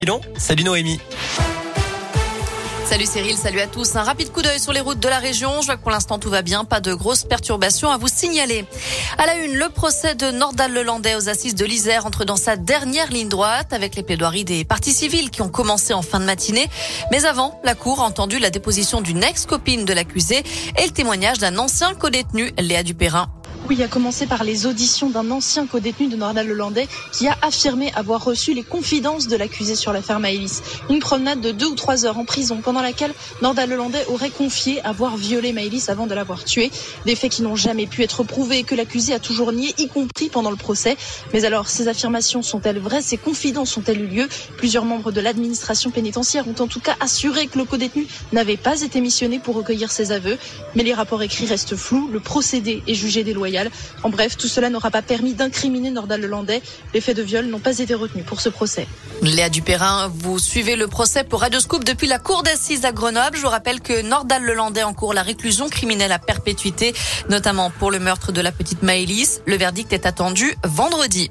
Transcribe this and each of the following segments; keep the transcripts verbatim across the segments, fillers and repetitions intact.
Non, salut Noémie. Salut Cyril, salut à tous. Un rapide coup d'œil sur les routes de la région. Je vois que pour l'instant tout va bien, pas de grosses perturbations à vous signaler. À la une, le procès de Nordal Lelandais aux assises de l'Isère entre dans sa dernière ligne droite avec les plaidoiries des parties civiles qui ont commencé en fin de matinée. Mais avant, la Cour a entendu la déposition d'une ex-copine de l'accusé et le témoignage d'un ancien codétenu, Léa Dupérin. Oui, a commencé par les auditions d'un ancien codétenu de Nordal Lelandais qui a affirmé avoir reçu les confidences de l'accusé sur l'affaire Maëlys. Une promenade de deux ou trois heures en prison pendant laquelle Nordal Lelandais aurait confié avoir violé Maëlys avant de l'avoir tuée. Des faits qui n'ont jamais pu être prouvés et que l'accusé a toujours nié, y compris pendant le procès. Mais alors, ces affirmations sont-elles vraies? Ces confidences ont-elles eu lieu? Plusieurs membres de l'administration pénitentiaire ont en tout cas assuré que le codétenu n'avait pas été missionné pour recueillir ses aveux. Mais les rapports écrits restent flous. Le procédé est jugé déloyal. En bref, tout cela n'aura pas permis d'incriminer Nordal Lelandais. Les faits de viol n'ont pas été retenus pour ce procès. Léa Dupérin, vous suivez le procès pour Radio Scoop depuis la cour d'assises à Grenoble. Je vous rappelle que Nordal Lelandais encourt la réclusion criminelle à perpétuité, notamment pour le meurtre de la petite Maëlys. Le verdict est attendu vendredi.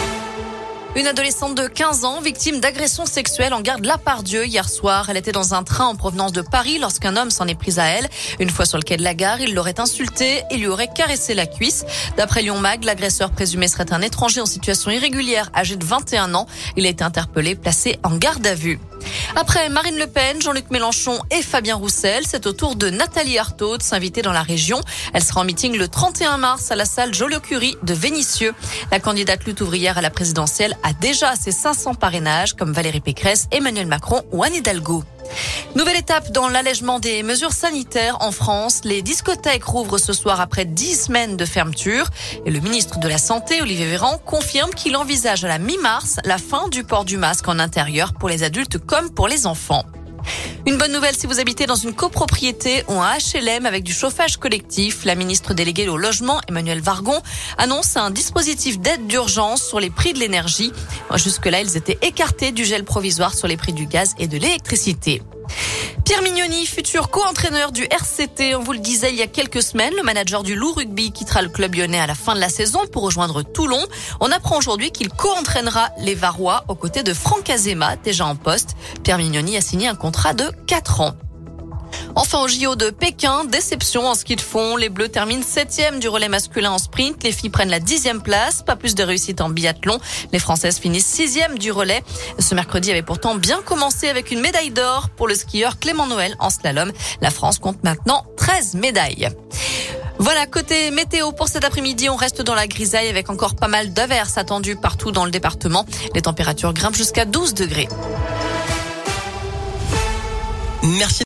Une adolescente de quinze ans, victime d'agression sexuelle en gare de Lapardieu hier soir. Elle était dans un train en provenance de Paris lorsqu'un homme s'en est pris à elle. Une fois sur le quai de la gare, il l'aurait insultée et lui aurait caressé la cuisse. D'après Lyon Mag, l'agresseur présumé serait un étranger en situation irrégulière, âgé de vingt et un ans. Il a été interpellé, placé en garde à vue. Après Marine Le Pen, Jean-Luc Mélenchon et Fabien Roussel, c'est au tour de Nathalie Arthaud de s'inviter dans la région. Elle sera en meeting le trente et un mars à la salle Joliot-Curie de Vénissieux. La candidate lutte ouvrière à la présidentielle a déjà ses cinq cents parrainages comme Valérie Pécresse, Emmanuel Macron ou Anne Hidalgo. Nouvelle étape dans l'allègement des mesures sanitaires en France. Les discothèques rouvrent ce soir après dix semaines de fermeture. Et le ministre de la Santé, Olivier Véran, confirme qu'il envisage à la mi-mars la fin du port du masque en intérieur pour les adultes comme pour les enfants. Une bonne nouvelle si vous habitez dans une copropriété ou un H L M avec du chauffage collectif. La ministre déléguée au logement, Emmanuelle Wargon, annonce un dispositif d'aide d'urgence sur les prix de l'énergie. Jusque-là, ils étaient écartés du gel provisoire sur les prix du gaz et de l'électricité. Pierre Mignoni, futur co-entraîneur du R C T, on vous le disait il y a quelques semaines, le manager du Loup Rugby quittera le club lyonnais à la fin de la saison pour rejoindre Toulon. On apprend aujourd'hui qu'il co-entraînera les Varois aux côtés de Franck Azema, déjà en poste. Pierre Mignoni a signé un contrat de quatre ans. Enfin, au J O de Pékin, déception en ski de fond. Les Bleus terminent septième du relais masculin en sprint. Les filles prennent la dixième place. Pas plus de réussite en biathlon. Les Françaises finissent sixième du relais. Ce mercredi avait pourtant bien commencé avec une médaille d'or pour le skieur Clément Noël en slalom. La France compte maintenant treize médailles. Voilà, côté météo pour cet après-midi, on reste dans la grisaille avec encore pas mal d'averses attendues partout dans le département. Les températures grimpent jusqu'à douze degrés. Merci.